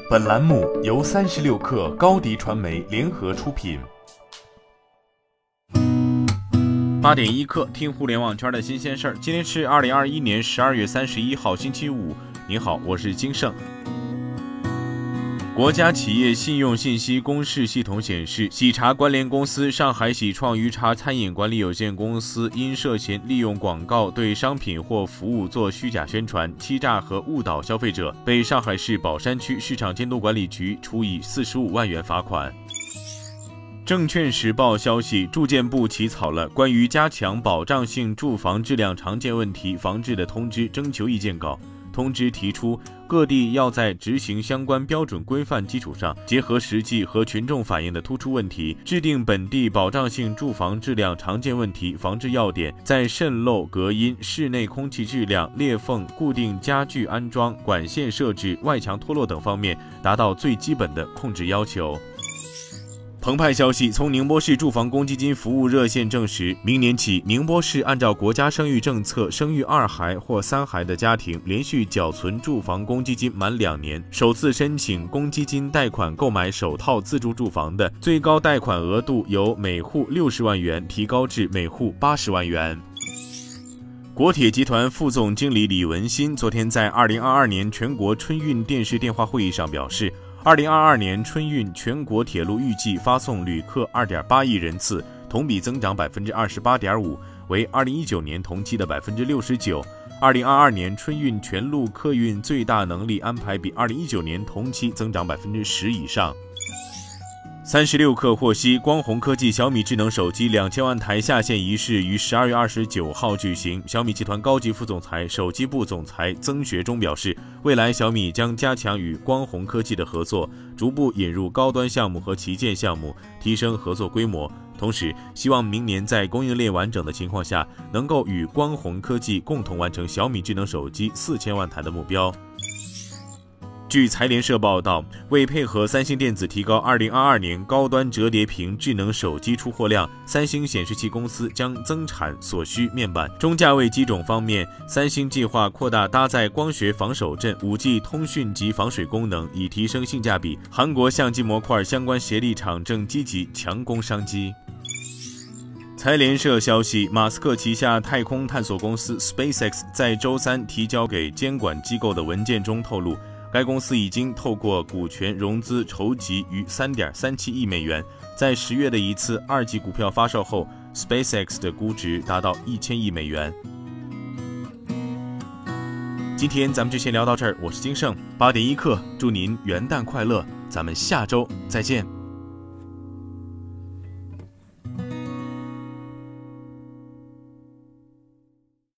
本栏目由36氪高迪传媒联合出品。 8点1刻，听互联网圈的新鲜事儿。今天是2021年12月31号，星期五。你好，我是金盛。国家企业信用信息公示系统显示，喜茶关联公司上海喜创鱼茶餐饮管理有限公司因涉嫌利用广告对商品或服务做虚假宣传、欺诈和误导消费者，被上海市宝山区市场监督管理局处以45万元罚款。证券时报消息，住建部起草了关于加强保障性住房质量常见问题防治的通知征求意见稿。通知提出，各地要在执行相关标准规范基础上，结合实际和群众反映的突出问题，制定本地保障性住房质量常见问题防治要点，在渗漏、隔音、室内空气质量、裂缝、固定家具安装、管线设置、外墙脱落等方面达到最基本的控制要求。澎湃消息，从宁波市住房公积金服务热线证实，明年起，宁波市按照国家生育政策，生育2孩或3孩的家庭，连续缴存住房公积金满2年，首次申请公积金贷款购买首套自住住房的，最高贷款额度由每户60万元提高至每户80万元。国铁集团副总经理李文新昨天在2022年全国春运电视电话会议上表示，2022年春运全国铁路预计发送旅客 2.8 亿人次，同比增长 28.5%， 为2019年同期的 69%。2022年春运全路客运最大能力安排比2019年同期增长 10% 以上。36氪获悉，光弘科技小米智能手机2000万台下线仪式于12月29号举行。小米集团高级副总裁、手机部总裁曾学忠表示，未来小米将加强与光弘科技的合作，逐步引入高端项目和旗舰项目，提升合作规模。同时，希望明年在供应链完整的情况下，能够与光弘科技共同完成小米智能手机4000万台的目标。据财联社报道，为配合三星电子提高2022年高端折叠屏智能手机出货量，三星显示器公司将增产所需面板。中价位机种方面，三星计划扩大搭载光学防手震、5G 通讯及防水功能，以提升性价比。韩国相机模块相关协力厂正积极强攻商机。财联社消息，马斯克旗下太空探索公司 SpaceX 在周三提交给监管机构的文件中透露，该公司已经透过股权融资筹集逾 3.37 亿美元，在10月的一次2级股票发售后， SpaceX 的估值达到1000亿美元。今天咱们就先聊到这儿，我是金盛，8点1刻，祝您元旦快乐，咱们下周再见。